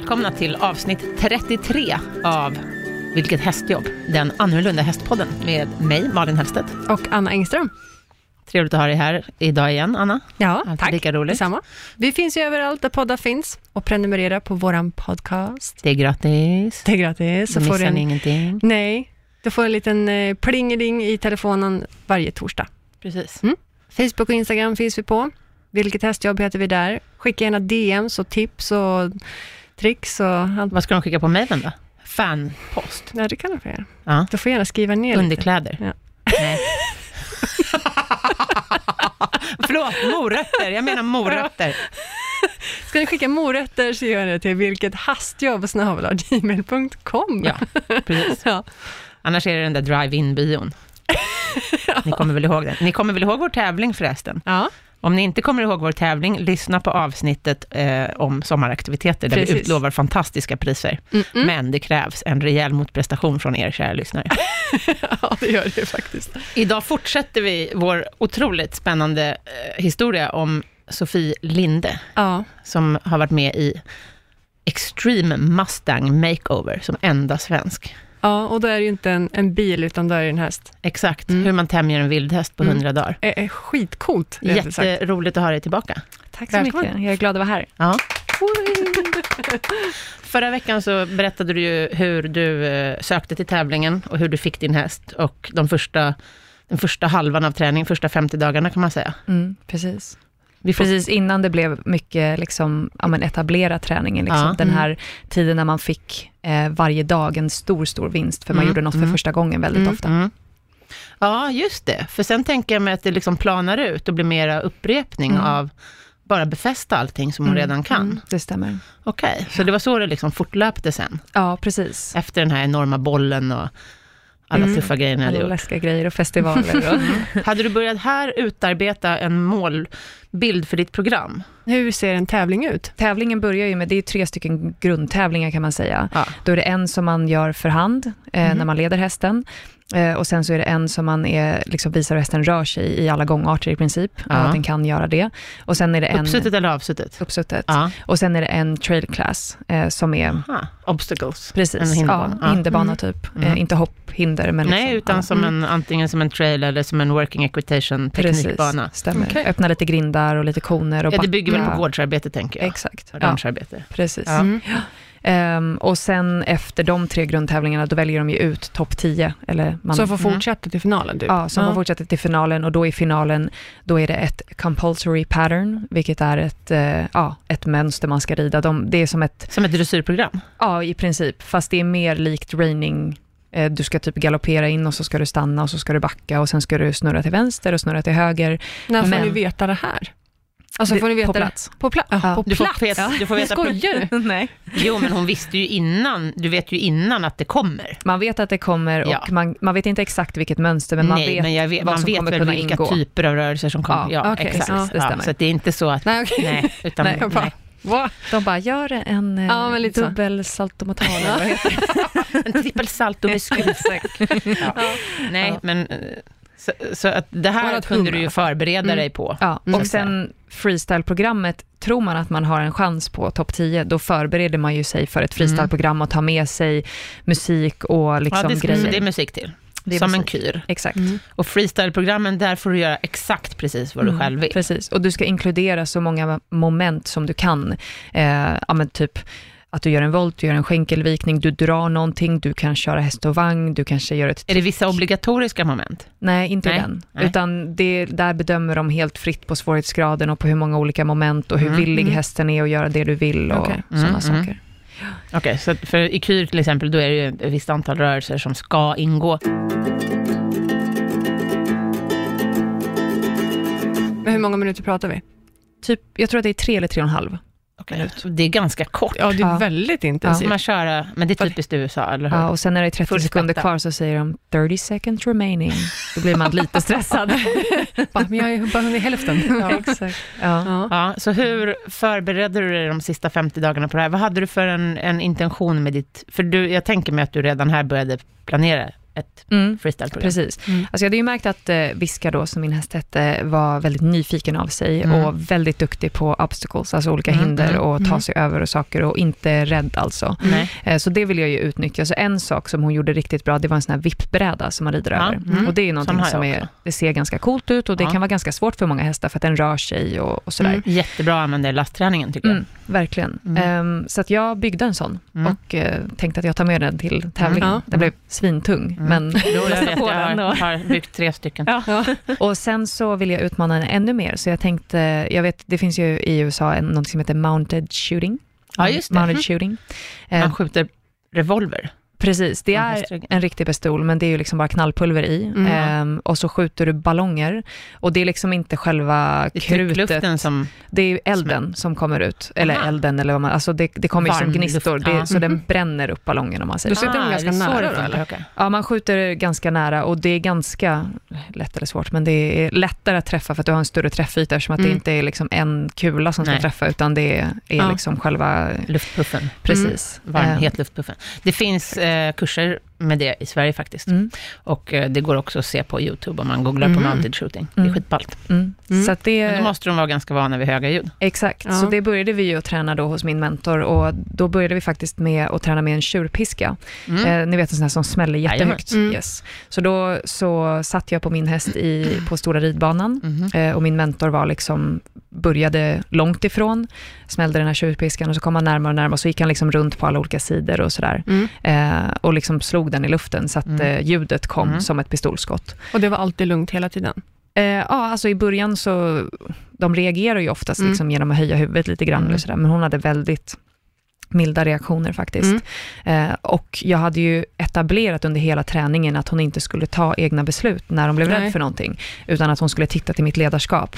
välkomna till avsnitt 33 av Vilket hästjobb? Den annorlunda hästpodden med mig, Malin Hellstedt. Och Anna Engström. Trevligt att ha dig här idag igen, Anna. Ja, alltid tack. Lika roligt. Detsamma. Vi finns ju överallt där poddar finns. Och prenumerera på våran podcast. Det är gratis. Det är gratis. Så missar ni ingenting. Nej, du får en liten plingeling i telefonen varje torsdag. Precis. Facebook och Instagram finns vi på. Vilket hästjobb heter vi där. Skicka gärna DMs och tips och tricks och allt. Vad ska de skicka på mejlen då? Fanpost. Ja, det kan du få göra. Ja. Du får gärna skriva ner Underkläder. lite. Ja. Nej. Förlåt, morötter. Jag menar morötter. Ska ni skicka morötter så gör det till vilkethassjobb@gmail.com. Ja, precis. Ja. Annars är det den där drive-in-bion. Ni kommer väl ihåg den? Ni kommer väl ihåg vår tävling förresten? Ja. Om ni inte kommer ihåg vår tävling, lyssna på avsnittet om sommaraktiviteter där vi utlovar fantastiska priser. Men det krävs en rejäl motprestation från er kära lyssnare. Ja, det gör det faktiskt. Idag fortsätter vi vår otroligt spännande historia om Sofie Linde. Ja. Som har varit med i Extreme Mustang Makeover som enda svensk. Ja, och då är det ju inte en bil utan då är det en häst. Exakt, hur man tämjer en vildhäst på 100 dagar. Det är skitcoolt. Jätteroligt att ha dig tillbaka. Tack så mycket, jag är glad att vara här. Ja. Förra veckan så berättade du ju hur du sökte till tävlingen och hur du fick din häst. Och den första halvan av träningen, första 50 dagarna kan man säga. Precis. Precis innan det blev mycket liksom, etablera träningen. Liksom. Den här tiden när man fick varje dag en stor vinst. För man gjorde något för första gången väldigt ofta. Ja, just det. För sen tänker jag mig att det liksom planar ut och blir mera upprepning av bara befästa allting som hon redan kan. Det stämmer. Okej, så det var så det liksom fortlöpte sen. Ja, precis. Efter den här enorma bollen och alla tuffa grejer ni hade gjort. Läskiga grejer och festivaler. Och Hade du börjat här utarbeta en målbild för ditt program? Hur ser en tävling ut? Tävlingen börjar ju med, det är 3 stycken grundtävlingar kan man säga. Ja. Då är det en som man gör för hand när man leder hästen. Och sen så är det en som man visar hur hästen rör sig i alla gångarter i princip. Att den kan göra det. Och sen är det uppsuttet eller avsuttet? Uppsuttet. Och sen är det en trail class som är obstacles. Precis. En hinderbana. Hinderbana typ. Inte hopphinder. Men nej, utan som antingen som en trail eller som en working equitation teknikbana. Precis, stämmer. Okay. Öppna lite grindar och lite koner och det bygger väl på gårdsarbete tänker jag. Exakt. Rancharbete. Precis. Och sen efter de 3 grundtävlingarna då väljer de ju ut topp 10 eller som får fortsätta till finalen typ. Ja, som får fortsätta till finalen och då i finalen då är det ett compulsory pattern vilket är ett mönster man ska rida. Det är som ett dressyrprogram. Ja, i princip, fast det är mer likt reining. Du ska typ galoppera in och så ska du stanna och så ska du backa och sen ska du snurra till vänster och snurra till höger. När får ni veta det här? Alltså får ni veta på plats. På plats. Du får veta. Skojar. Nej. Jo, men hon visste ju innan. Du vet ju innan att det kommer. Man vet att det kommer och man vet inte exakt vilket mönster men man vet vad som kommer kunna ingå. Vilka typer av rörelser som kommer. Ja, okay. exakt. Det stämmer. Så det är inte så att nej, utan nej. De bara gör en dubbel saltomortal eller vad heter det? En trippel saltomuskel. Nej, men så att det här kunde du ju förbereda dig på. Ja, och sen freestyle-programmet, tror man att man har en chans på topp 10, då förbereder man ju sig för ett freestyle-program och tar med sig musik och grejer. Det är musik till. Det är som musik. En kyr. Exakt. Och freestyle-programmen, där får du göra exakt precis vad du själv vill. Precis, och du ska inkludera så många moment som du kan. Typ att du gör en volt, du gör en skänkelvikning, du drar någonting, du kan köra häst och vagn, du kanske gör ett Är det vissa obligatoriska moment? Nej, inte den. Utan där bedömer de helt fritt på svårighetsgraden och på hur många olika moment och hur villig hästen är att göra det du vill och sådana saker. Okej, så för i kyr till exempel, då är det ju ett visst antal rörelser som ska ingå. Men hur många minuter pratar vi? Typ, jag tror att det är 3 eller 3,5. Okay. Det är ganska kort. Ja, det är väldigt intensivt. Man köra, men det är typiskt USA, eller hur? Ja, och sen när det är 30 sekunder kvar så säger de 30 seconds remaining. Då blir man lite stressad. Men jag är bara under hälften. Ja, exakt. Ja, så hur förberedde du dig de sista 50 dagarna på det här? Vad hade du för en intention med ditt... För jag tänker mig att du redan här började planera ett freestyle-program. Precis. Alltså jag hade ju märkt att Viska då, som min häst hette, var väldigt nyfiken av sig och väldigt duktig på obstacles, alltså olika hinder och ta sig över och saker och inte rädd alltså. Så det vill jag ju utnyttja. Så en sak som hon gjorde riktigt bra, det var en sån här vippbräda som man rider över. Och det är någonting som det ser ganska coolt ut och det kan vara ganska svårt för många hästar för att den rör sig och sådär. Jättebra att använda i lastträningen tycker jag. Verkligen. Så att jag byggde en sån och tänkte att jag tar med den till tävlingen. Den blev svintung, men jag har byggt 3 stycken. Och sen så vill jag utmana den ännu mer, så jag tänkte, jag vet, det finns ju i USA något som heter mounted shooting. Ja, just det. Mounted shooting. Man skjuter revolver. Precis, det är en riktig pistol, men det är ju liksom bara knallpulver i. Och så skjuter du ballonger. Och det är liksom inte själva krutet. Det är ju elden som kommer ut. Eller elden, eller vad man... Alltså det kommer ju som gnistor. Så den bränner upp ballongen, om man säger. Du skjuter den ganska nära då, eller? Ja, man skjuter ganska nära. Och det är ganska lätt eller svårt, men det är lättare att träffa för att du har en större träffyta, eftersom att det inte är liksom en kula som ska träffa, utan det är liksom själva... luftpuffen. Precis. Het luftpuffen. Det finns kurser med det i Sverige faktiskt. Och det går också att se på YouTube om man googlar på mounted shooting. Det är skitballt. Så att men då måste de vara ganska vana vid höga ljud. Exakt, så det började vi ju att träna då hos min mentor, och då började vi faktiskt med att träna med en tjurpiska. Ni vet, en sån här som smäller jättehögt. Yes. Så då så satt jag på min häst på stora ridbanan och min mentor var liksom, började långt ifrån, smällde den här tjurpiskan och så kom han närmare och närmare, så gick han liksom runt på alla olika sidor och sådär. Och liksom slog den i luften så att ljudet kom som ett pistolskott. Och det var alltid lugnt hela tiden? Ja, alltså i början så de reagerar ju oftast liksom genom att höja huvudet lite grann eller sådär, men hon hade väldigt milda reaktioner faktiskt. Och jag hade ju etablerat under hela träningen att hon inte skulle ta egna beslut när hon blev rädd för någonting, utan att hon skulle titta till mitt ledarskap.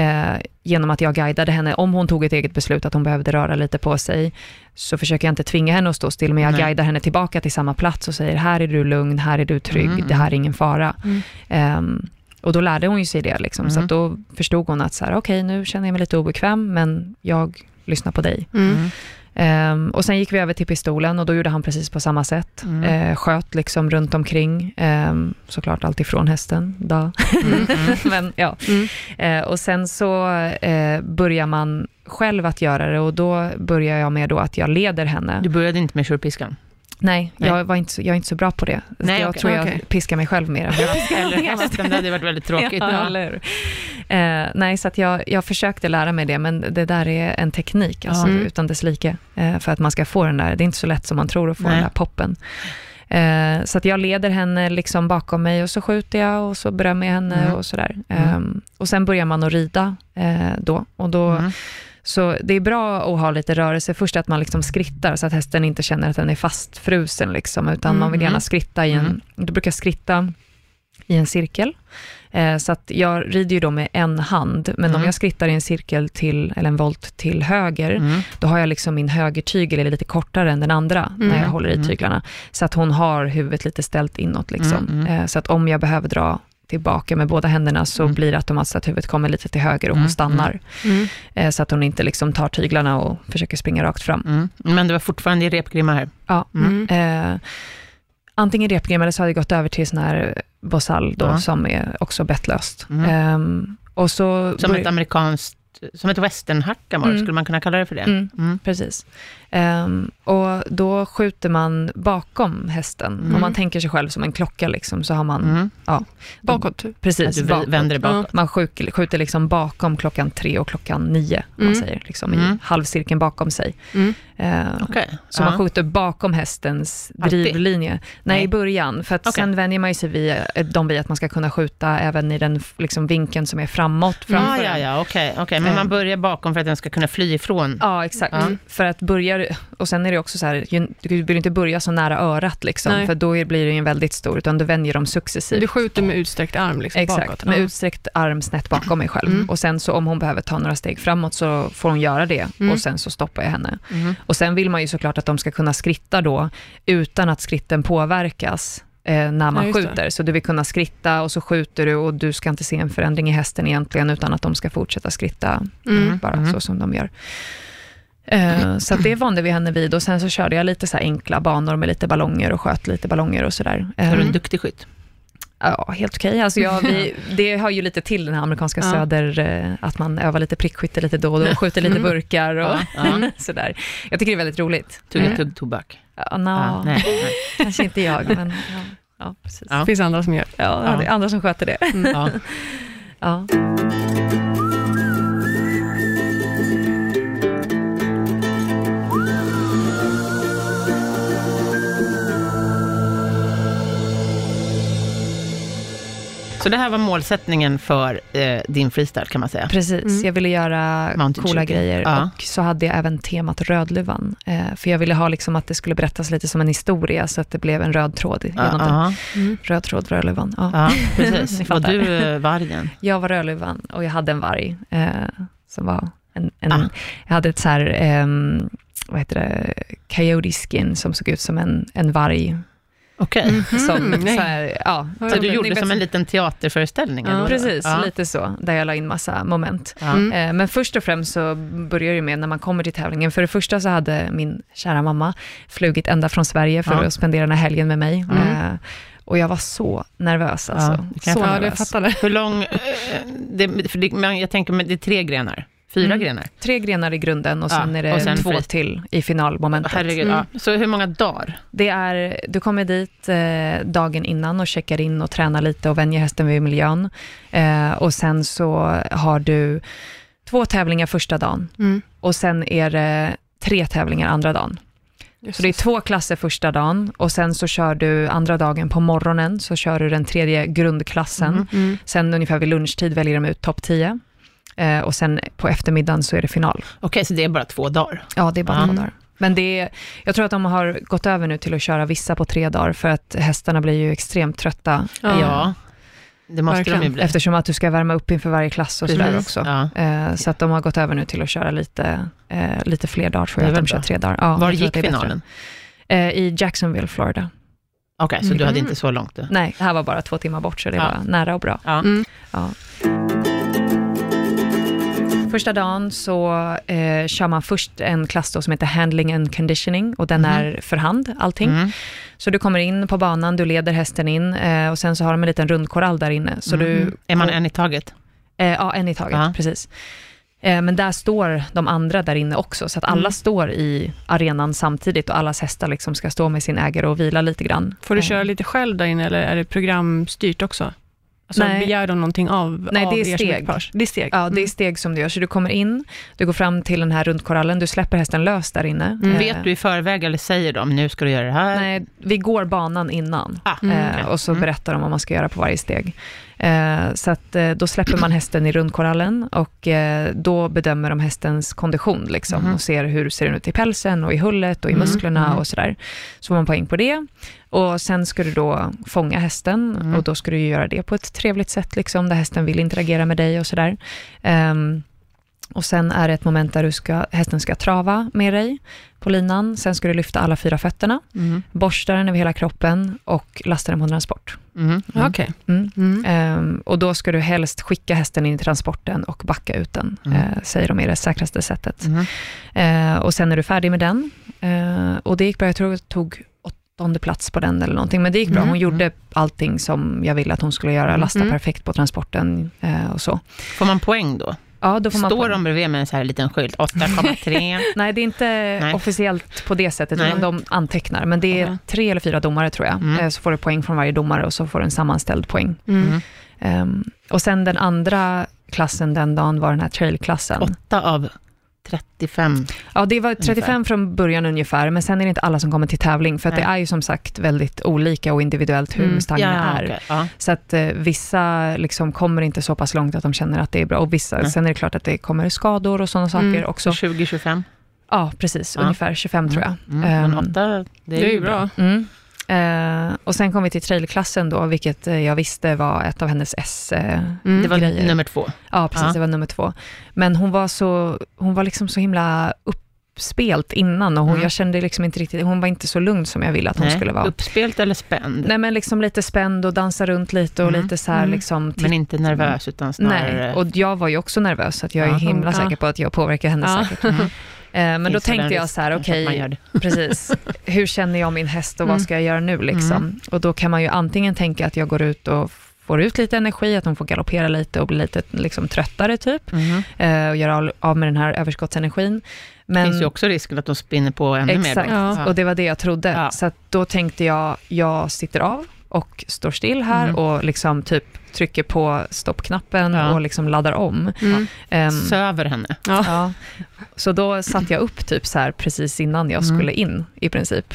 Genom att jag guidade henne. Om hon tog ett eget beslut att hon behövde röra lite på sig, så försöker jag inte tvinga henne att stå still, men jag guidar henne tillbaka till samma plats och säger, här är du lugn, här är du trygg, det här är ingen fara. Och då lärde hon ju sig det liksom. Så att då förstod hon att så här, okej, nu känner jag mig lite obekväm, men jag lyssnar på dig. Och sen gick vi över till pistolen, och då gjorde han precis på samma sätt. Sköt liksom runt omkring, såklart allt ifrån hästen då. Men ja. Och sen så börjar man själv att göra det, och då börjar jag med då att jag leder henne. Du började inte med tjurpiskan? Nej, jag är inte så bra på det. Nej, jag tror jag piskar mig själv mer. Eller hästen, det hade varit väldigt tråkigt. Nej, så att jag försökte lära mig det, men det där är en teknik alltså, utan dess like. För att man ska få den där, det är inte så lätt som man tror att få den där poppen. Så att jag leder henne liksom bakom mig, och så skjuter jag och så berömmer jag henne och sådär. Och sen börjar man att rida då. Och då så det är bra att ha lite rörelse. Först att man liksom skrittar så att hästen inte känner att den är fastfrusen liksom, utan man vill gärna skritta i en, du brukar skritta i en cirkel. Så att jag rider ju då med en hand, men om jag skrittar i en cirkel eller en volt till höger, då har jag liksom min högertygel är lite kortare än den andra när jag håller i tyglarna. Så att hon har huvudet lite ställt inåt liksom. Så att om jag behöver dra tillbaka med båda händerna, så blir det automatiskt att huvudet kommer lite till höger och hon stannar. Så att hon inte liksom tar tyglarna och försöker springa rakt fram. Men det var fortfarande i repgrimma här? Ja. Antingen repgrimma, eller så hade jag gått över till sån här bossall då, som är också bettlöst. Och så som ett amerikanskt, som ett westernhacka skulle man kunna kalla det för det. Precis. Och då skjuter man bakom hästen. Om man tänker sig själv som en klocka liksom, så har man bakåt. Precis, du vänder bakåt. Man skjuter liksom bakom klockan 3 och klockan 9, om man säger, liksom i halvcirkeln bakom sig. Så man skjuter bakom hästens drivlinje. Nej, i början. För att sen vänjer man sig vid att man ska kunna skjuta även i den liksom vinkeln som är framåt. Okej. Men man börjar bakom för att den ska kunna fly ifrån. Ja, exakt. För att börja, och sen är det också så här, du vill inte börja så nära örat liksom, för då blir det ju en väldigt stor, utan du vänjer dem successivt. Du skjuter med utsträckt arm liksom. Exakt, bakåt. med utsträckt arm snett bakom mig själv. Och sen så om hon behöver ta några steg framåt, så får hon göra det, och sen så stoppar jag henne. Och sen vill man ju såklart att de ska kunna skritta då, utan att skritten påverkas när man skjuter. Så du vill kunna skritta, och så skjuter du, och du ska inte se en förändring i hästen egentligen, utan att de ska fortsätta skritta bara så som de gör. Så att det vande vi henne vid och sen så körde jag lite så här enkla banor med lite ballonger och sköt lite ballonger och sådär. Är du en duktig skytt? Ja, helt okej. Alltså det har ju lite till den här amerikanska söder, att man övar lite prickskytte lite då och då, skjuter lite burkar och sådär. Jag tycker det är väldigt roligt. Tugga tobak? Nej, kanske inte jag, men ja, precis. Det finns andra som gör. Ja, det är andra som sköter det. Ja. Så det här var målsättningen för din freestyle kan man säga. Precis, jag ville göra coola grejer och så hade jag även temat Rödluvan. För jag ville ha liksom att det skulle berättas lite som en historia så att det blev en röd tråd genom det. Röd tråd, Rödluvan. Ja, precis. Var du vargen? Jag var Rödluvan och jag hade en varg som var jag hade ett så här vad heter det, coyote skin som såg ut som en varg. Okej. Så du gjorde som en liten teaterföreställning? Ja, precis, lite så, där jag la in massa moment. Men först och främst så börjar det med när man kommer till tävlingen. För det första så hade min kära mamma flugit ända från Sverige för att spendera den här helgen med mig. Och jag var så nervös alltså. Så nervös. Det fattar det. Hur lång, jag tänker med det är 3 grenar. 4 grenar? 3 grenar i grunden och sen är det 2 till i finalmomentet. Herregud, Så hur många dagar? Du kommer dit dagen innan och checkar in och tränar lite och vänjer hästen vid miljön. Och sen så har du 2 tävlingar första dagen. Och sen är det 3 tävlingar andra dagen. Så det är 2 klasser första dagen och sen så kör du andra dagen på morgonen så kör du den 3:e grundklassen. Sen ungefär vid lunchtid väljer de ut topp 10. Och sen på eftermiddagen så är det final. Okej, så det är bara 2 dagar? Ja, det är bara 2 dagar. Men jag tror att de har gått över nu till att köra vissa på 3 dagar för att hästarna blir ju extremt trötta. Ja, det måste de ju bli. Eftersom att du ska värma upp inför varje klass och sådär också. Så att de har gått över nu till att köra lite fler dagar tror jag att de kör 3 dagar. Ja, var gick finalen? I Jacksonville, Florida. Okej, så du hade inte så långt? Nej, det här var bara 2 timmar bort så det var nära och bra. Första dagen så kör man först en klass då som heter Handling and Conditioning och den är för hand, allting. Så du kommer in på banan, du leder hästen in och sen så har de en liten rundkorall där inne. Så är man en i taget? Ja, en i taget, precis. Men där står de andra där inne också så att alla står i arenan samtidigt och allas hästar liksom ska stå med sin ägare och vila lite grann. Får du köra lite själv där inne eller är det programstyrt också? Alltså begär de någonting av det är steg. Det är steg. Ja, det är steg som du gör. Så du kommer in, du går fram till den här rundkorallen, du släpper hästen lös där inne. Vet du i förväg eller säger de, nu ska du göra det här? Nej, vi går banan innan. Och så berättar de vad man ska göra på varje steg. Så att då släpper man hästen i rundkorallen och då bedömer de hästens kondition liksom, och ser hur ser den ut i pälsen och i hullet och i musklerna och sådär. Så får man poäng på det. Och sen ska du då fånga hästen och då ska du göra det på ett trevligt sätt liksom, där hästen vill interagera med dig och sådär. Och sen är det ett moment där hästen ska trava med dig på linan. Sen ska du lyfta alla 4 fötterna, borsta den över hela kroppen och lasta den på en transport. Och då ska du helst skicka hästen in i transporten och backa ut den, säger de är det säkraste sättet. Och sen är du färdig med den. Och det gick bra, jag tror jag tog 8:e plats på den eller någonting, men det gick bra. Hon gjorde allting som jag ville att hon skulle göra, lasta perfekt på transporten och så. Får man poäng då? Ja, då får man står de bredvid med en så här liten skylt, 8,3? Nej, det är inte officiellt på det sättet, utan de antecknar. Men det är 3 eller 4 domare tror jag. Så får du poäng från varje domare och så får du en sammanställd poäng. Och sen den andra klassen den dagen var den här trailklassen. 8 av 35. Ja, det var 35 ungefär från början ungefär, men sen är det inte alla som kommer till tävling för att det är ju som sagt väldigt olika och individuellt hur mustangerna är. Okay. Så att vissa liksom kommer inte så pass långt att de känner att det är bra och vissa, sen är det klart att det kommer skador och sådana saker också. 20-25? Ja, precis. Ungefär 25 tror jag. Men 8, det är ju bra. Och sen kom vi till trailklassen då, vilket jag visste var ett av hennes det var nummer 2. Ja, precis, det var nummer 2. Men hon var liksom så himla uppspelt innan och jag kände liksom inte riktigt, hon var inte så lugn som jag ville att hon skulle vara. Uppspelt eller spänd? Nej, men liksom lite spänd och dansa runt lite och lite så här liksom. Men inte nervös utan snarare. Nej, och jag var ju också nervös så att jag är himla säker på att jag påverkar henne säkert. Men då tänkte jag så här, okej, precis. Hur känner jag min häst och vad ska jag göra nu liksom? Och då kan man ju antingen tänka att jag går ut och får ut lite energi, att de får galoppera lite och bli lite liksom tröttare typ. Och göra av med den här överskottsenergin. Men det finns ju också risken att de spinner på ännu mer. Exakt, och det var det jag trodde. Ja. Så att då tänkte jag sitter av och står still här och liksom typ trycker på stoppknappen och liksom laddar om. Söver henne. Ja. Så då satt jag upp typ så här precis innan jag skulle in i princip.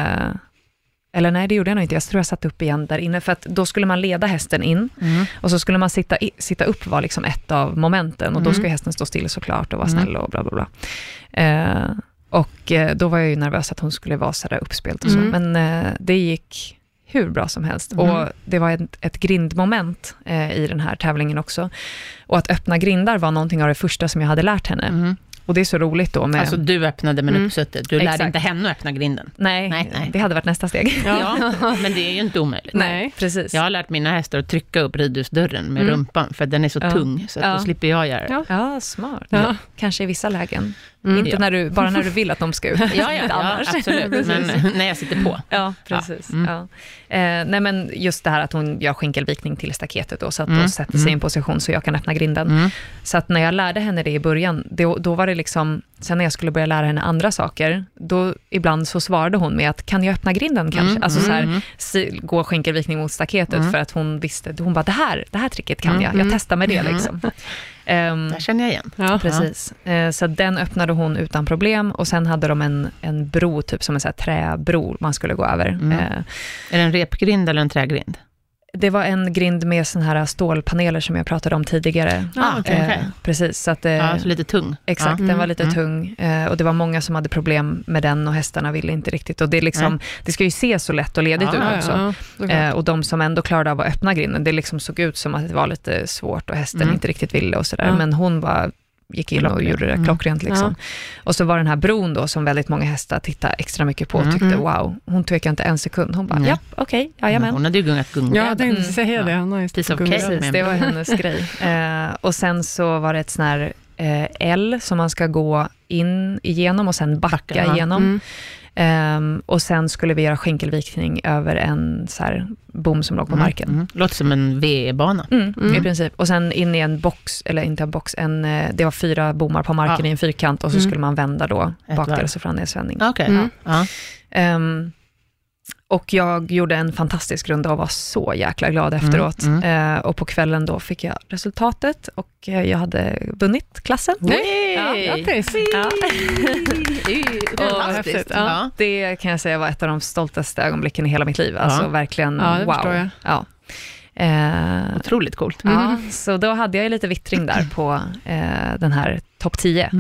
Eller nej, det gjorde jag nog inte. Jag tror jag satt upp igen där inne. För att då skulle man leda hästen in. Och så skulle man sitta upp var liksom ett av momenten. Och då ska hästen stå still såklart och vara snäll och bla bla bla. Och då var jag ju nervös att hon skulle vara så där uppspelt och så. Men det gick hur bra som helst. Och det var ett grindmoment i den här tävlingen också. Och att öppna grindar var någonting av det första som jag hade lärt henne. Och det är så roligt då med... Alltså du öppnade med uppsuttet. Du lärde inte henne att öppna grinden. Nej, det hade varit nästa steg. Ja, men det är ju inte omöjligt. Nej, precis. Jag har lärt mina hästar att trycka upp ridhusdörren med rumpan. För den är så tung, så att då slipper jag göra det. Ja, smart. Ja. Kanske i vissa lägen. Inte bara när du vill att de ska ut. Ja, absolut. Men när jag sitter på. Ja, precis. Ja. Nej, men just det här att hon gör skinkelvikning till staketet då, så att då sätter sig i en position så jag kan öppna grinden. Så att när jag lärde henne det i början, då var det liksom, sen när jag skulle börja lära henne andra saker, då ibland så svarade hon med att kan jag öppna grinden kanske? Alltså så här, gå skinkelvikning mot staketet för att hon visste, hon bara det här tricket kan jag testar med det liksom. Det känner jag igen. Ja, precis. Så den öppnade hon utan problem och sen hade de en bro typ som en så här träbro man skulle gå över. Är det en repgrind eller en trägrind? Det var en grind med såna här stålpaneler som jag pratade om tidigare. Okay. Precis. Så att, så lite tung. Exakt, den var lite tung. Och det var många som hade problem med den och hästarna ville inte riktigt. Och det, är liksom, det ska ju se så lätt och ledigt ut också. Och de som ändå klarade av att öppna grinden, det liksom såg ut som att det var lite svårt och hästen inte riktigt ville och sådär. Men hon var... gick in och gjorde det klockrent liksom. Och så var den här bron då som väldigt många hästar tittade extra mycket på och tyckte wow, hon tvekade inte en sekund. Hon bara, okej, jajamän. Hon hade ju gungat gungbrädan. Ja, det inte säga det. Hon har just Precis, det var hennes grej. Och sen så var det ett sån här L som man ska gå in igenom och sen backa igenom. Och sen skulle vi göra skänkelvikning över en så här bom som låg på marken. Låter som en V-bana. I princip. Och sen in i en box, eller inte en box, det var 4 bommar på marken i en fyrkant och så skulle man vända då baklänges och framledsvändning. Och jag gjorde en fantastisk runda och var så jäkla glad efteråt. Och på kvällen då fick jag resultatet och jag hade vunnit klassen. Det kan jag säga var ett av de stoltaste ögonblicken i hela mitt liv. Alltså verkligen wow. Otroligt coolt. Så då hade jag lite vittring där på den här topp 10.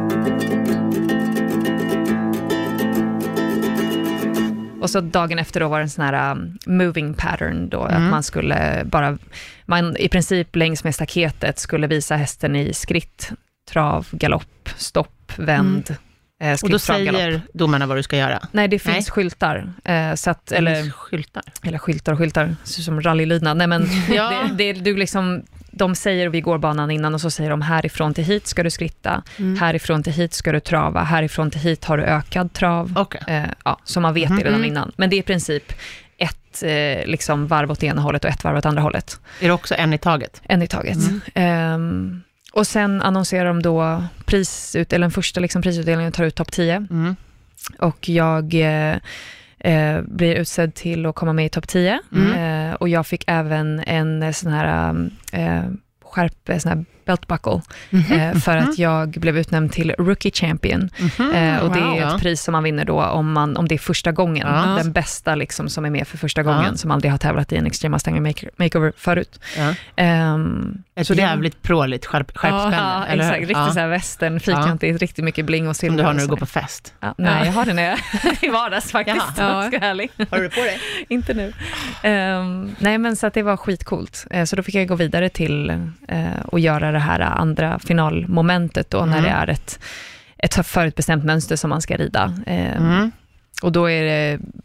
Och så dagen efter då var det en sån här moving pattern då, att man skulle man i princip längs med staketet skulle visa hästen i skritt, trav, galopp, stopp, vänd, skritt, och då trav, säger galopp. domarna vad du ska göra? Nej, det finns skyltar. Så att, eller skyltar, som rallylydnad. Nej, men du liksom... De säger, vi går banan innan och så säger de härifrån till hit ska du skritta, härifrån till hit ska du trava, härifrån till hit har du ökad trav. Så man vet det redan innan. Men det är i princip ett liksom varv åt ena hållet och ett varv åt andra hållet. Är det också en i taget? En i taget. Och sen annonserar de då den första liksom prisutdelningen tar ut topp 10. Och jag blir utsedd till att komma med i topp 10. Och jag fick även en sån här sån här belt buckle för att jag blev utnämnd till Rookie Champion. Och det är ett pris som man vinner då om det är första gången. Den bästa liksom som är med för första gången som aldrig har tävlat i en Extreme Mustang Makeover förut. Ett så jävligt pråligt skärpspänne. Exakt, riktigt så här western, fyrkantigt, riktigt mycket bling och silver. Som du har när du går på fest. Nej, jag har det när jag i vardags faktiskt. Ska härlig. Har du på det? Inte nu. Nej, men så att det var skitcoolt. Så då fick jag gå vidare till att göra det här andra finalmomentet då, när det är ett förutbestämt mönster som man ska rida. Och då är det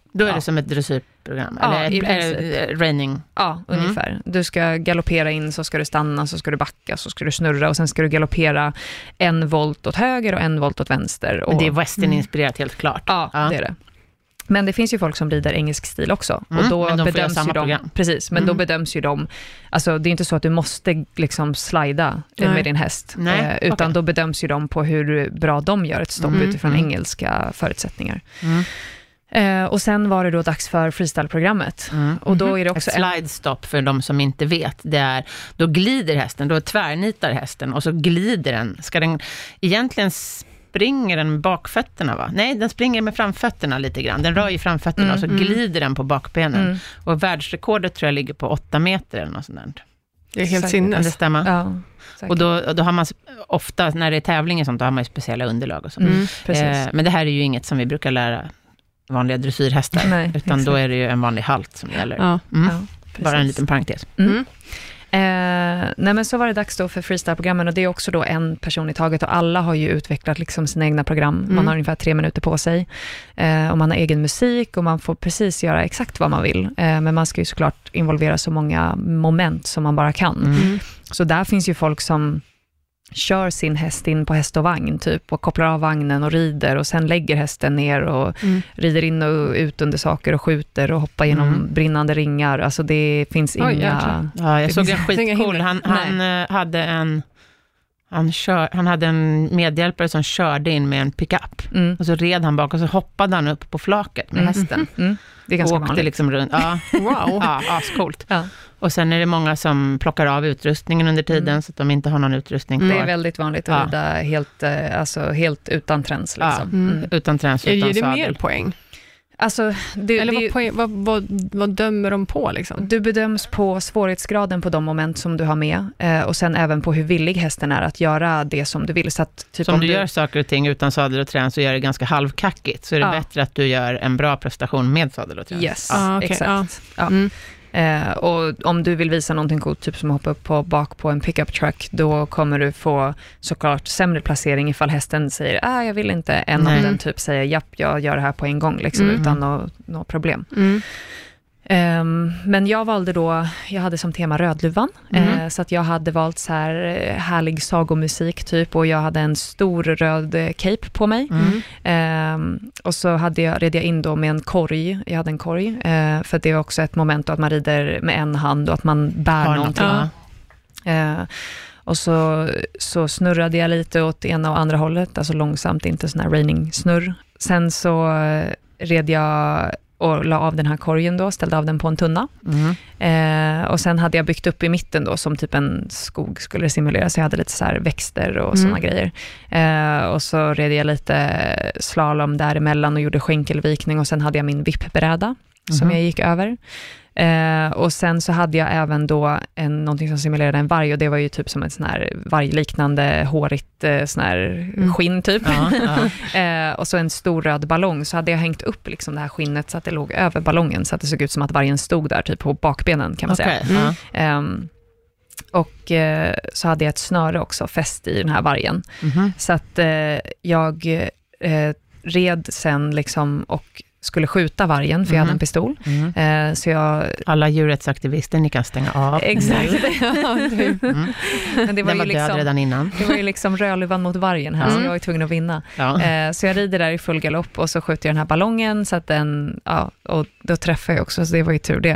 Då är det som ett dressyrprogram, eller reining. Ja, ungefär. Du ska galoppera in, så ska du stanna, så ska du backa, så ska du snurra och sen ska du galoppera 1 volt åt höger och 1 volt åt vänster. Men det är western-inspirerat helt klart. Ja, det är det. Men det finns ju folk som rider engelsk stil också. Och då bedöms ju de, precis, men då bedöms ju de, alltså det är inte så att du måste liksom slida med din häst. Utan då bedöms ju de på hur bra de gör ett stopp utifrån engelska förutsättningar. Och sen var det då dags för freestyle-programmet. Och då är det också ett slide-stopp för de som inte vet. Det är, då glider hästen, då tvärnitar hästen och så glider den. Ska den egentligen springer den med bakfötterna, va? Nej, den springer med framfötterna lite grann. Den rör ju framfötterna och så glider den på bakbenen. Och världsrekordet tror jag ligger på 8 meter eller något sånt där. Det är helt sinnes. Kan det stämma? Ja, och då har man ofta, när det är tävling och sånt, då har man ju speciella underlag och så. Men det här är ju inget som vi brukar lära vanliga dressyrhästar, utan då är det ju en vanlig halt som gäller. Bara en liten parentes. Nej, men så var det dags då för freestyle-programmen, och det är också då en person i taget, och alla har ju utvecklat liksom sina egna program. Man har ungefär 3 minuter på sig och man har egen musik och man får precis göra exakt vad man vill, men man ska ju såklart involvera så många moment som man bara kan. Så där finns ju folk som kör sin häst in på häst och vagn typ, och kopplar av vagnen och rider, och sen lägger hästen ner och rider in och ut under saker och skjuter och hoppar genom brinnande ringar. Alltså det finns inga... Ja, jag såg en skitcool. Han hade en medhjälpare som körde in med en pickup. Och så red han bak och så hoppade han upp på flaket med hästen. Det är ganska och åkte liksom runt. Ja. Wow. Ja, coolt. Ja. Och sen är det många som plockar av utrustningen under tiden så att de inte har någon utrustning kvar. Det är väldigt vanligt att rida helt utan träns. Liksom. Utan träns, utan sadel. Är det mer poäng? Alltså, vad dömer de på? Liksom? Du bedöms på svårighetsgraden på de moment som du har med, och sen även på hur villig hästen är att göra det som du vill. Så att, typ om du gör saker och ting utan sadel och träns och gör det ganska halvkackigt, så är det bättre att du gör en bra prestation med sadel och träns. Yes, exakt. Ja. Och om du vill visa någonting coolt, typ som hoppa upp bak på en pickup truck, då kommer du få såklart sämre placering ifall hästen säger jag vill inte, än om den typ säger japp, jag gör det här på en gång liksom, utan något problem. Men jag valde då, jag hade som tema Rödluvan, så att jag hade valt så här härlig sagomusik typ, och jag hade en stor röd cape på mig. Och så red jag in då med en korg. Jag hade en korg, för det är också ett moment då att man rider med en hand och att man bär någonting. Och så snurrade jag lite åt ena och andra hållet, alltså långsamt, inte sån här reining-snurr. Sen så red jag och la av den här korgen då, ställde av den på en tunna. Och sen hade jag byggt upp i mitten då, som typ en skog skulle det simulera, så jag hade lite så här växter och såna grejer. Och så red jag lite slalom däremellan och gjorde skänkelvikning, och sen hade jag min vippbräda som jag gick över. Och sen så hade jag även då någonting som simulerade en varg, och det var ju typ som ett sån här vargliknande hårigt sån här skinn typ. Och så en stor röd ballong, så hade jag hängt upp liksom det här skinnet så att det låg över ballongen, så att det såg ut som att vargen stod där typ på bakbenen, kan man säga. Och så hade jag ett snöre också fäst i den här vargen. Så att jag red sen liksom och skulle skjuta vargen, för jag hade en pistol. Så alla djurrättsaktivister, ni kan stänga av. Exakt. Men det var ju liksom, död redan innan. Det var ju liksom Rödluvan mot vargen här, så jag var tvungen att vinna. Så jag rider där i full galopp, och så skjuter jag den här ballongen, så att den, och då träffade jag också, så det var ju tur det.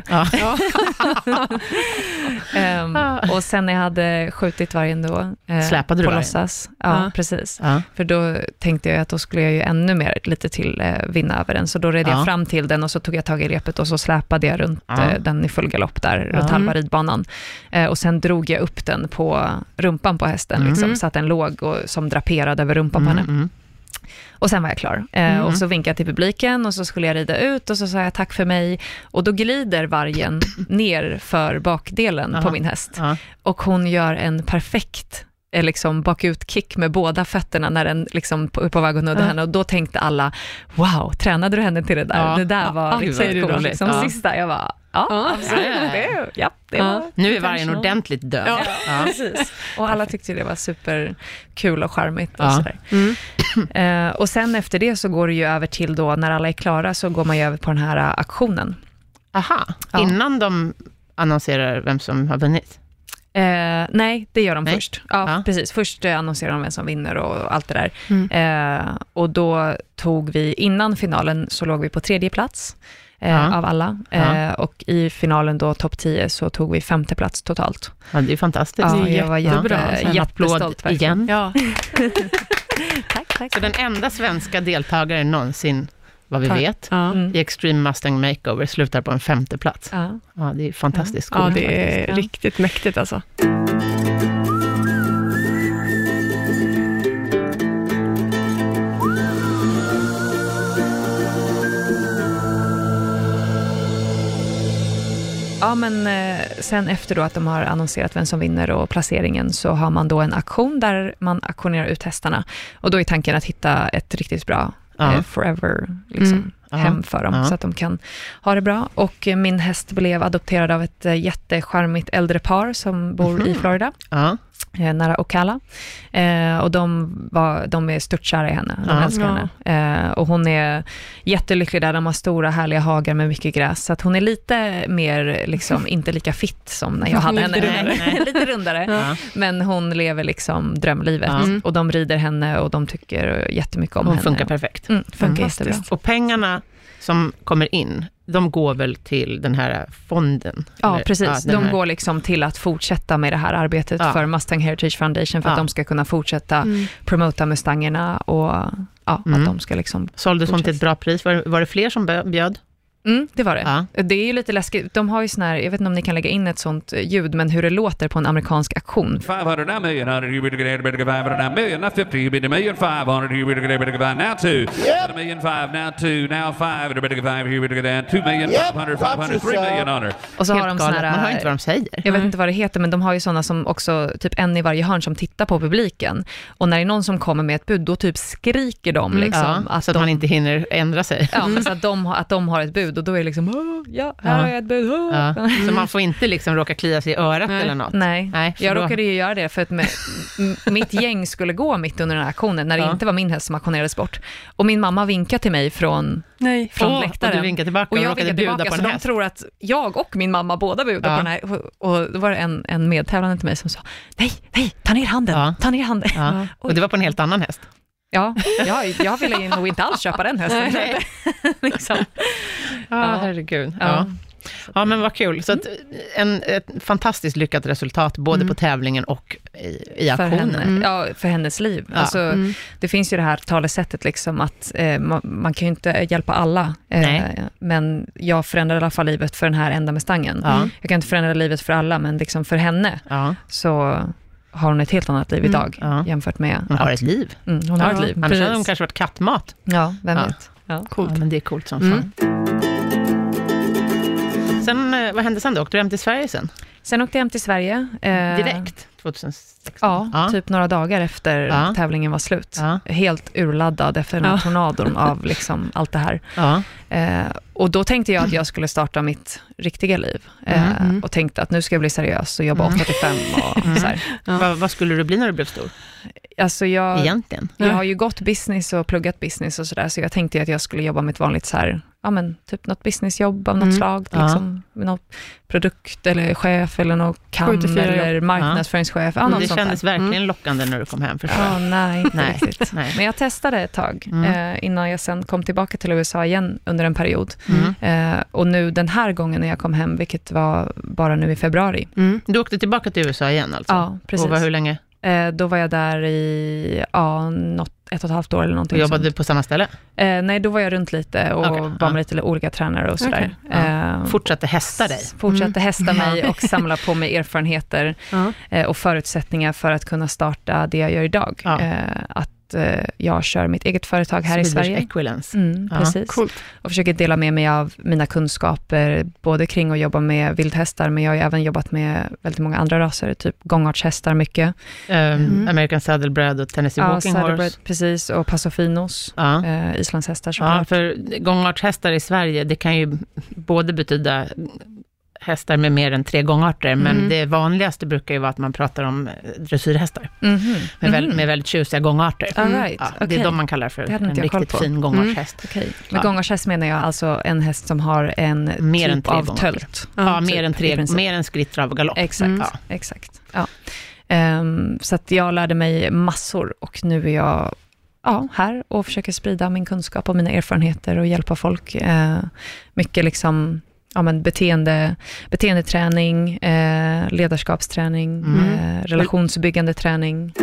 Och sen när jag hade skjutit vargen då, släpade du på vargen? Låtsas. Ja, precis. För då tänkte jag att då skulle jag ju ännu mer, lite till vinna över den. Så då red jag fram till den, och så tog jag tag i repet och så släpade jag runt den i full galopp där, runt halva ridbanan. Och sen drog jag upp den på rumpan på hästen, liksom, så att den låg som draperad över rumpan på henne. Och sen var jag klar. Och så vinkade jag till publiken, och så skulle jag rida ut, och så sa jag tack för mig. Och då glider vargen ner för bakdelen på min häst. Och hon gör en perfekt liksom bakut-kick med båda fötterna när den liksom på väg och nödde henne. Och då tänkte alla, wow, tränade du henne till det där? Det där var riktigt coolt. Liksom sista, jag var absolut. Det var nu är vargen ordentligt död. Ja, precis. Och alla tyckte det var superkul och charmigt och sådär. Och sen efter det så går det ju över till då, när alla är klara så går man ju över på den här auktionen. Aha, innan de annonserar vem som har vunnit? Nej, det gör de först. Ja, precis. Först annonserar de vem som vinner och allt det där. Och då tog vi, innan finalen så låg vi på 3:e plats av alla. Och i finalen då, topp 10, så tog vi 5:e plats totalt. Ja, det är fantastiskt. Ja, jag var jättestolt igen. Ja. Tack. Så den enda svenska deltagaren någonsin, vad vi vet, i Extreme Mustang Makeover slutar på en 5:e plats. Ja, det är fantastiskt coolt. Ja, det är riktigt mäktigt alltså. Ja, men sen efter då att de har annonserat vem som vinner och placeringen, så har man då en auktion där man auktionerar ut hästarna. Och då är tanken att hitta ett riktigt bra forever liksom, hem för dem, så att de kan ha det bra. Och min häst blev adopterad av ett jättecharmigt äldre par som bor i Florida. Nära Ocala. Och de är störtkära i henne. De älskar henne. Och hon är jättelycklig där. De har stora härliga hagar med mycket gräs. Så att hon är lite mer, liksom, inte lika fit som när jag hade henne. Lite rundare. Men hon lever liksom drömlivet. Och de rider henne och de tycker jättemycket om henne. Hon funkar perfekt. Funkar jättebra. Och pengarna som kommer in, de går väl till den här fonden? Ja, precis. De går liksom till att fortsätta med det här arbetet för Mustang Heritage Foundation, för att de ska kunna fortsätta promota Mustangerna och att de ska liksom såldes hon till ett bra pris. Var det fler som bjöd? Det var det. Det är ju lite läskigt. De har ju sån här, jag vet inte om ni kan lägga in ett sånt ljud, men hur det låter på en amerikansk auktion. 500 million, 100 you better get 500 million, not 50 you better million 500 you better get now 2 a million 5 now 2 now 5 you better get 5 you better get 2 million 500 3 million honor. Och så har de såna här, man hör inte vad de säger. Jag vet inte vad det heter, men de har ju såna som också typ en i varje hörn som tittar på publiken. Och när det är någon som kommer med ett bud, då typ skriker de liksom så att man inte hinner ändra sig. Ja, men så att de har ett bud, och då är det liksom här har jag ett bud. Så man får inte liksom råka klia sig i örat eller något. Nej. Jag råkade ju göra det för att mitt gäng skulle gå mitt under den här auktionen när det inte var min häst som auktionerades bort. Och min mamma vinkade till mig från läktaren. Och du vinkade tillbaka och jag vinkade tillbaka, på så de tror att jag och min mamma båda budade på den här. Och då var det en medtävlande till mig som sa, nej, ta ner handen. Och det var på en helt annan häst. Ja, jag ville nog inte alls köpa den hästen. Liksom. Herregud. Ja, men vad kul. Så att ett fantastiskt lyckat resultat både på tävlingen och i auktionen. För hennes liv. Alltså, det finns ju det här talesättet liksom att man kan ju inte hjälpa alla. Men jag förändrar i alla fall livet för den här enda Mustangen. Jag kan inte förändra livet för alla, men liksom för henne så har hon ett helt annat liv idag jämfört med... Hon har ett liv. Hon har ett liv. Annars hade hon kanske varit kattmat. Ja, vem vet. Coolt. Ja, men det är coolt som fan. Sen, vad hände sen då? Åkte du hem till Sverige sen? Sen åkte jag hem till Sverige. Direkt? 2016? Ja, typ några dagar efter tävlingen var slut. Helt urladdad efter den här tornadon av liksom allt det här. Och då tänkte jag att jag skulle starta mitt riktiga liv. Och tänkte att nu ska jag bli seriös och jobba 8-5 och så här. Vad skulle du bli när du blev stor? Alltså egentligen? Jag har ju gått business och pluggat business och sådär, så jag tänkte att jag skulle jobba med ett vanligt så här, typ något businessjobb av något slag, liksom, med någon produkt eller chef eller något eller marknadföringschef. Det kändes verkligen lockande när du kom hem, förstår jag. Nej, riktigt. Men jag testade ett tag innan jag sen kom tillbaka till USA igen under en period. Och nu den här gången när jag kom hem, vilket var bara nu i februari. Du åkte tillbaka till USA igen alltså? Ja, precis. Och hur länge? Då var jag där i 1,5 år eller någonting. Och jobbade du på samma ställe? Nej, då var jag runt lite och var med lite olika tränare och sådär. Fortsatte hästa dig? Fortsatte hästa mig och samla på mig erfarenheter och förutsättningar för att kunna starta det jag gör idag. Att jag kör mitt eget företag här i Sverige. Equilence. Precis. Coolt. Och försöker dela med mig av mina kunskaper både kring att jobba med vildhästar, men jag har ju även jobbat med väldigt många andra raser, typ gångartshästar mycket. American Saddlebred och Tennessee Walking Horse. Precis, och Passofinos, islandshästar. För gångartshästar i Sverige, det kan ju både betyda hästar med mer än 3 gångarter, men det vanligaste brukar ju vara att man pratar om dressyrhästar med väldigt tjusiga gångarter. Right. Det är de man kallar för en riktigt fin gångartshäst. Med gångarshäst menar jag alltså en häst som har en mer typ än 3 av tölt. Ja, mer än skritter av galopp. Exakt. Ja. Så att jag lärde mig massor och nu är jag här och försöker sprida min kunskap och mina erfarenheter och hjälpa folk. Mycket liksom beteendeträning, ledarskapsträning, relationsbyggande träning.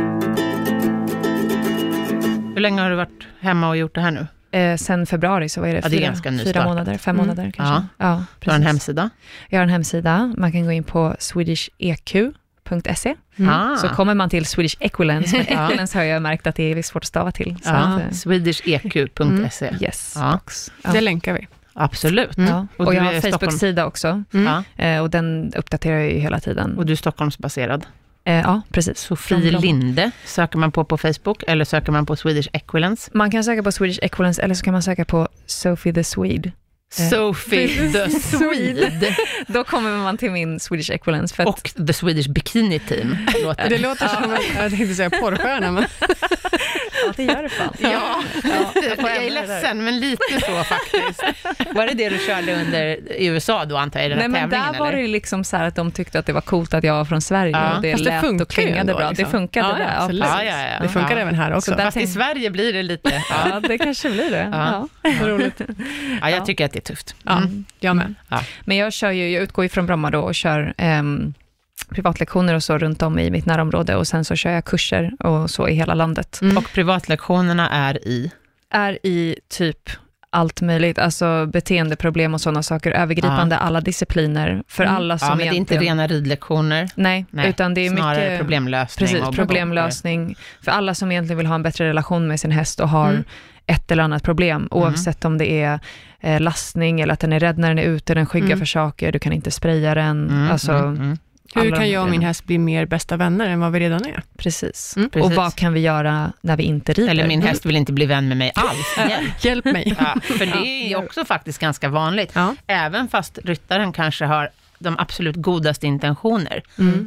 Hur länge har du varit hemma och gjort det här nu? Sen februari så var det 4 månader, 5 månader kanske. Ja, du har en hemsida? Jag har en hemsida. Man kan gå in på swedisheq.se. Så kommer man till Swedish Equilence, men Equilence har jag märkt att det är svårt att stava till. Swedisheq.se. Yes. Det länkar vi. Absolut. Och jag har en Facebook-sida också. Och den uppdaterar jag ju hela tiden. Och du är Stockholmsbaserad? Ja, precis. Sofie Linde söker man på Facebook eller söker man på Swedish Equilence? Man kan söka på Swedish Equilence eller så kan man söka på Sophie the Swede. Sophie the Swede. Då kommer man till min Swedish Equilence. För och The Swedish Bikini Team. Det låter som jag tänkte säga porrstjärna. Men... ja, det gör det fan. Ja. Jag är ledsen, men lite så faktiskt. Var det du körde under i USA då, antar jag, i den här tävlingen? Nej, men där var det liksom så här att de tyckte att det var coolt att jag var från Sverige. Och det lät och klingade bra. Liksom. Det funkade där. Det funkar även här också. Fast i Sverige blir det lite... Ja, det kanske blir det. Roligt. Ja, jag tycker att det är tufft. Jag med. Men jag utgår ju från Bromma då och kör privatlektioner och så runt om i mitt närområde och sen så kör jag kurser och så i hela landet. Och privatlektionerna är i typ allt möjligt, alltså beteendeproblem och sådana saker, övergripande alla discipliner för alla som men egentligen... det är inte rena ridlektioner. Nej, utan det är snarare mycket problemlösning. Precis, problemlösning för alla som egentligen vill ha en bättre relation med sin häst och har ett eller annat problem, oavsett om det är lastning eller att den är rädd när den är ute, den skyggar för saker, du kan inte spraya den. Hur kan jag och min häst bli mer bästa vänner än vad vi redan är? Precis. Och vad kan vi göra när vi inte rider? Eller min häst vill inte bli vän med mig alls. Hjälp mig. För det är också faktiskt ganska vanligt. Även fast ryttaren kanske har de absolut godaste intentioner.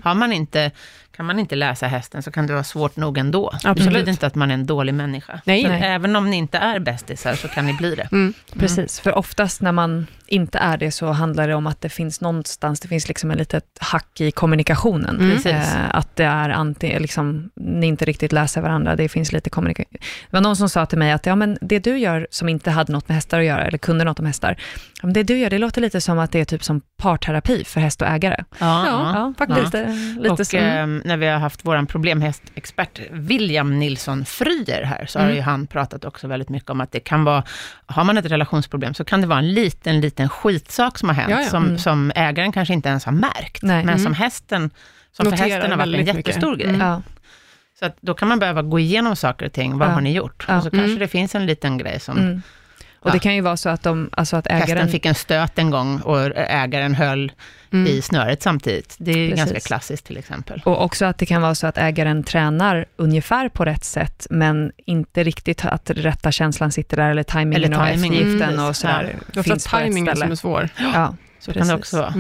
Kan man inte läsa hästen så kan det vara svårt nog ändå. Absolut. Det betyder inte att man är en dålig människa. Nej. Även om ni inte är bästisar så kan ni bli det. Precis, för oftast när man inte är det så handlar det om att det finns någonstans, det finns liksom en litet hack i kommunikationen. Att det är liksom, ni inte riktigt läser varandra, det finns lite kommunikation. Det var någon som sa till mig att men det du gör som inte hade något med hästar att göra eller kunde något om hästar, men det du gör, det låter lite som att det är typ som parterapi för häst och ägare. Ja, faktiskt. Lite och när vi har haft våran problemhästexpert William Nilsson Fryer här, så har ju han pratat också väldigt mycket om att det kan vara, har man ett relationsproblem så kan det vara en liten skitsak som har hänt som ägaren kanske inte ens har märkt. Nej. Men som hästen, som för hästen har varit en jättestor grej. Så att då kan man behöva gå igenom saker och ting. Vad har ni gjort? Och så kanske det finns en liten grej som... Och det kan ju vara så att att ägaren... Hästen fick en stöt en gång och ägaren höll i snöret samtidigt. Det är ganska klassiskt till exempel. Och också att det kan vara så att ägaren tränar ungefär på rätt sätt men inte riktigt att rätta känslan sitter där eller tajmingen och eftergiften och sådär. Det finns tajmingen som är svår. Ja, så kan det också vara.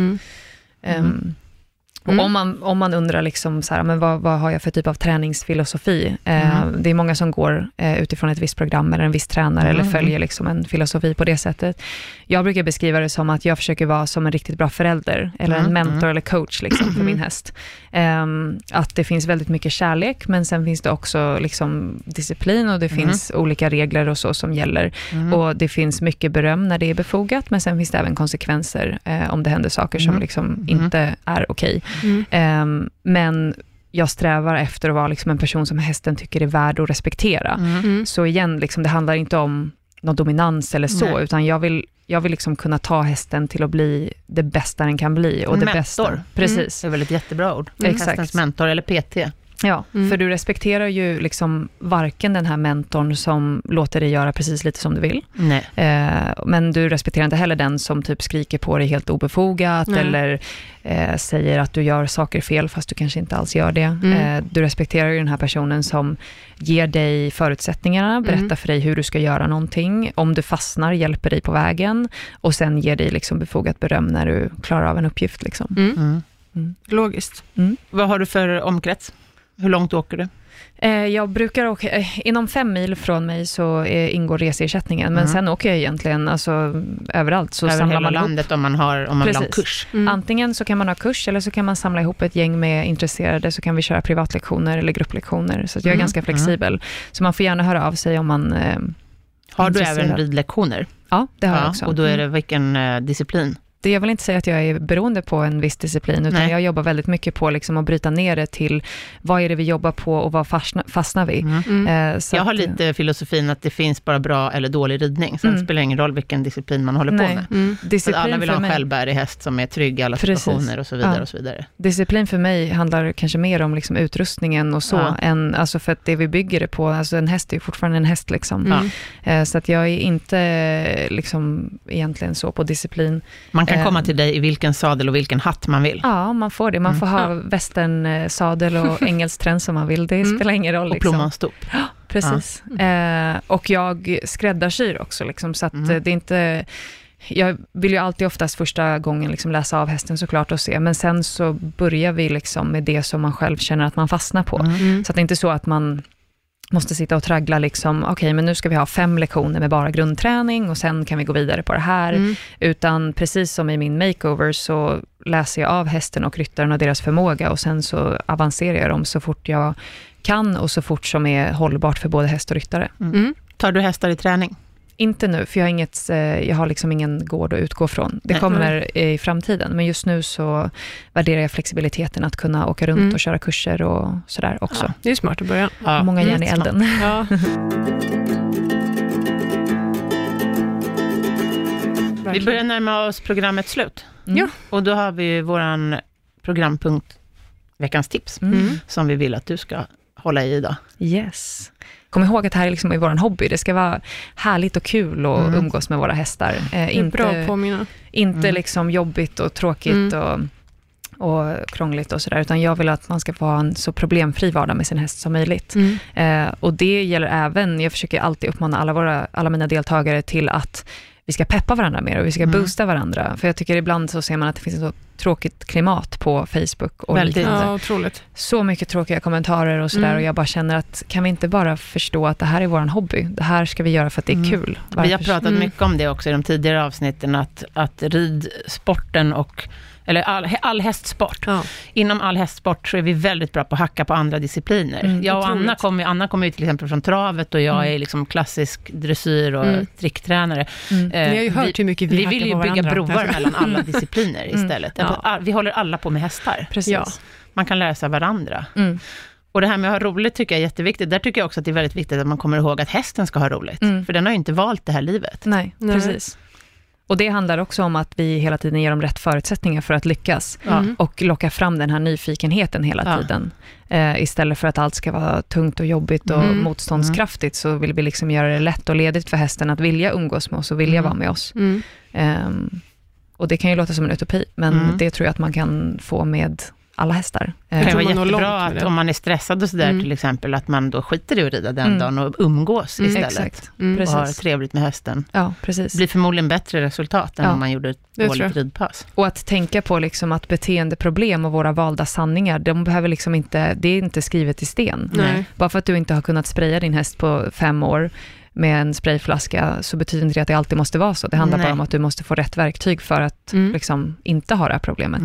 Och om man undrar liksom så här, men vad har jag för typ av träningsfilosofi? Det är många som går utifrån ett visst program eller en viss tränare eller följer liksom en filosofi på det sättet. Jag brukar beskriva det som att jag försöker vara som en riktigt bra förälder eller en mentor eller coach liksom för min häst. Att det finns väldigt mycket kärlek, men sen finns det också liksom disciplin och det finns olika regler och så som gäller. Och det finns mycket beröm när det är befogat, men sen finns det även konsekvenser om det händer saker som liksom inte är okej. Men jag strävar efter att vara liksom en person som hästen tycker är värd att respektera. Så igen, liksom, det handlar inte om någon dominans eller så, utan jag vill liksom kunna ta hästen till att bli det bästa den kan bli. Och det mentor. Bästa. Precis. Det är väl ett jättebra ord. Exakt. Hästens mentor eller PT. Ja, för du respekterar ju liksom varken den här mentorn som låter dig göra precis lite som du vill. Nej. Men du respekterar inte heller den som typ skriker på dig helt obefogat eller säger att du gör saker fel fast du kanske inte alls gör det. Du respekterar ju den här personen som ger dig förutsättningarna, berättar för dig hur du ska göra någonting. Om du fastnar, hjälper dig på vägen och sen ger dig liksom befogat beröm när du klarar av en uppgift. Liksom. Logiskt. Vad har du för omkrets? Hur långt åker du? Jag brukar åka, inom 5 mil från mig så ingår reseersättningen, men sen åker jag egentligen överallt. Så över samlar hela man landet om man vill ha en kurs. Antingen så kan man ha kurs eller så kan man samla ihop ett gäng med intresserade, så kan vi köra privatlektioner eller grupplektioner. Så att jag är ganska flexibel. Så man får gärna höra av sig om man har du även ridlektioner? Ja, det har jag också. Och då är det vilken disciplin? Jag vill inte säga att jag är beroende på en viss disciplin, utan jag jobbar väldigt mycket på liksom att bryta ner det till vad är det vi jobbar på och vad fastnar vi. Så jag har lite filosofin att det finns bara bra eller dålig ridning. Sen spelar det ingen roll vilken disciplin man håller på med. Disciplin alla vill ha en mig, självbärig häst som är trygg i alla situationer och så vidare. Och så vidare. Disciplin för mig handlar kanske mer om liksom utrustningen och så, än, alltså för att det vi bygger det på, alltså en häst är ju fortfarande en häst liksom. Så att jag är inte liksom egentligen så på disciplin. Man kan komma till dig i vilken sadel och vilken hatt man vill. Ja, man får det. Man får ha västernsadel och engelsk träns som man vill. Det spelar ingen roll. Och plommonstop. Ja, precis. Och jag skräddarsyr också. Liksom, så att det är inte... Jag vill ju alltid oftast första gången liksom läsa av hästen såklart och se. Men sen så börjar vi liksom med det som man själv känner att man fastnar på. Så att det är inte så att man måste sitta och traggla liksom, okej, men nu ska vi ha 5 lektioner med bara grundträning och sen kan vi gå vidare på det här. Utan precis som i min makeover så läser jag av hästen och ryttaren och deras förmåga och sen så avancerar jag dem så fort jag kan och så fort som är hållbart för både häst och ryttare. Tar du hästar i träning? Inte nu, för jag har liksom ingen gård att utgå från. Det kommer i framtiden, men just nu så värderar jag flexibiliteten att kunna åka runt och köra kurser och sådär också. Ja, det är smart att börja. Ja. Många järn i elden. Ja. Vi börjar närma oss programmets slut. Ja. Och då har vi våran programpunkt Veckans tips som vi vill att du ska hålla i idag. Yes. Kom ihåg att det här är liksom vår hobby. Det ska vara härligt och kul att umgås med våra hästar. Inte bra att påminna. Inte liksom jobbigt och tråkigt och krångligt och sådär. Utan jag vill att man ska få en så problemfri vardag med sin häst som möjligt. Och det gäller även, jag försöker alltid uppmana alla mina deltagare till att vi ska peppa varandra mer och vi ska boosta varandra. För jag tycker ibland så ser man att det finns ett så tråkigt klimat på Facebook och liknande. Ja, otroligt. Så mycket tråkiga kommentarer och sådär och jag bara känner att kan vi inte bara förstå att det här är våran hobby? Det här ska vi göra för att det är kul. Vi har pratat mycket om det också i de tidigare avsnitten att ridsporten eller all hästsport. Ja. Inom all hästsport så är vi väldigt bra på att hacka på andra discipliner. Jag och Anna kommer ju till exempel från travet och jag är liksom klassisk dressyr och tricktränare. Ni har ju hört hur mycket vi vill ju bygga broar mellan alla discipliner istället. Ja. Vi håller alla på med hästar. Precis. Ja. Man kan lära sig varandra. Och det här med att ha roligt tycker jag är jätteviktigt. Där tycker jag också att det är väldigt viktigt att man kommer ihåg att hästen ska ha roligt. För den har ju inte valt det här livet. Nej. Precis. Och det handlar också om att vi hela tiden ger dem rätt förutsättningar för att lyckas. Och locka fram den här nyfikenheten hela tiden. Istället för att allt ska vara tungt och jobbigt och motståndskraftigt så vill vi liksom göra det lätt och ledigt för hästen att vilja umgås med oss och vilja vara med oss. Och det kan ju låta som en utopi, men det tror jag att man kan få med alla hästar. Det kan vara jättebra att om man är stressad och sådär till exempel, att man då skiter i att rida den dagen och umgås istället. Exakt. Och har trevligt med hästen. Ja, precis. Det blir förmodligen bättre resultat än om man gjorde ett dåligt ridpass. Och att tänka på liksom att beteendeproblem och våra valda sanningar, de behöver liksom inte, det är inte skrivet i sten. Nej. Bara för att du inte har kunnat spraya din häst på 5 år med en sprayflaska så betyder inte det att det alltid måste vara så. Det handlar bara om att du måste få rätt verktyg för att liksom inte ha det här problemet.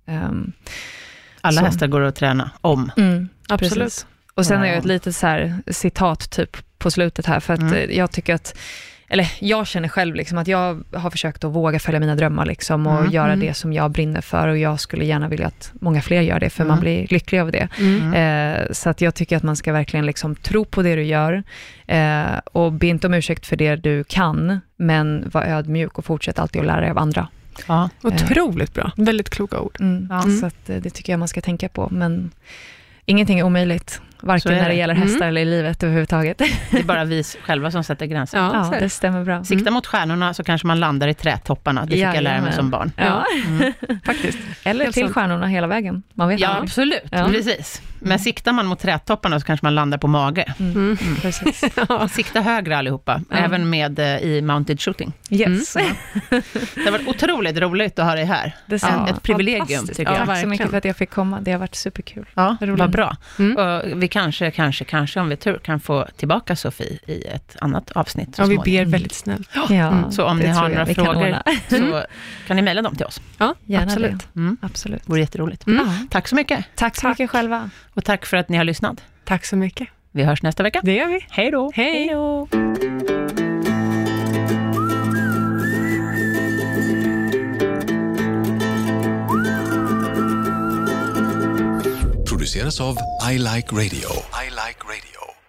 Alla hästar går att träna om. Absolut. Precis. Och sen har jag ett litet så här citat typ på slutet här för att jag tycker att, eller jag känner själv liksom att jag har försökt att våga följa mina drömmar liksom och göra det som jag brinner för och jag skulle gärna vilja att många fler gör det för man blir lycklig av det. Så att jag tycker att man ska verkligen liksom tro på det du gör och be inte om ursäkt för det du kan, men var ödmjuk och fortsätt alltid att lära dig av andra. Ja, otroligt bra. Väldigt kloka ord. Så att det tycker jag man ska tänka på. Men Ingenting är omöjligt, varken när det gäller hästar eller i livet överhuvudtaget. Det är bara vi själva som sätter gränser. Ja, det stämmer bra. Sikta mot stjärnorna så kanske man landar i trädtopparna. Det fick jag lära mig som barn. Ja. Faktiskt. Eller till stjärnorna hela vägen. Man vet aldrig. Absolut. Ja. Precis. Men siktar man mot trädtopparna så kanske man landar på mage. Precis. Sikta högre allihopa, även med i mounted shooting. Yes. Det har varit otroligt roligt att ha dig här. Ett privilegium tycker jag. Tack så mycket för att jag fick komma. Det har varit superkul. Ja, det var bra. Och vi kanske om vi tur kan få tillbaka Sofie i ett annat avsnitt. Ja, vi ber väldigt snällt. Så om ni har några frågor så kan ni mejla dem till oss. Ja, gärna absolut. Absolut. Det vore jätteroligt. Tack så mycket. Tack så mycket själva. Och tack för att ni har lyssnat. Tack så mycket. Vi hörs nästa vecka. Det gör vi. Hej då. Hej då. Produceras av I Like Radio. I Like Radio.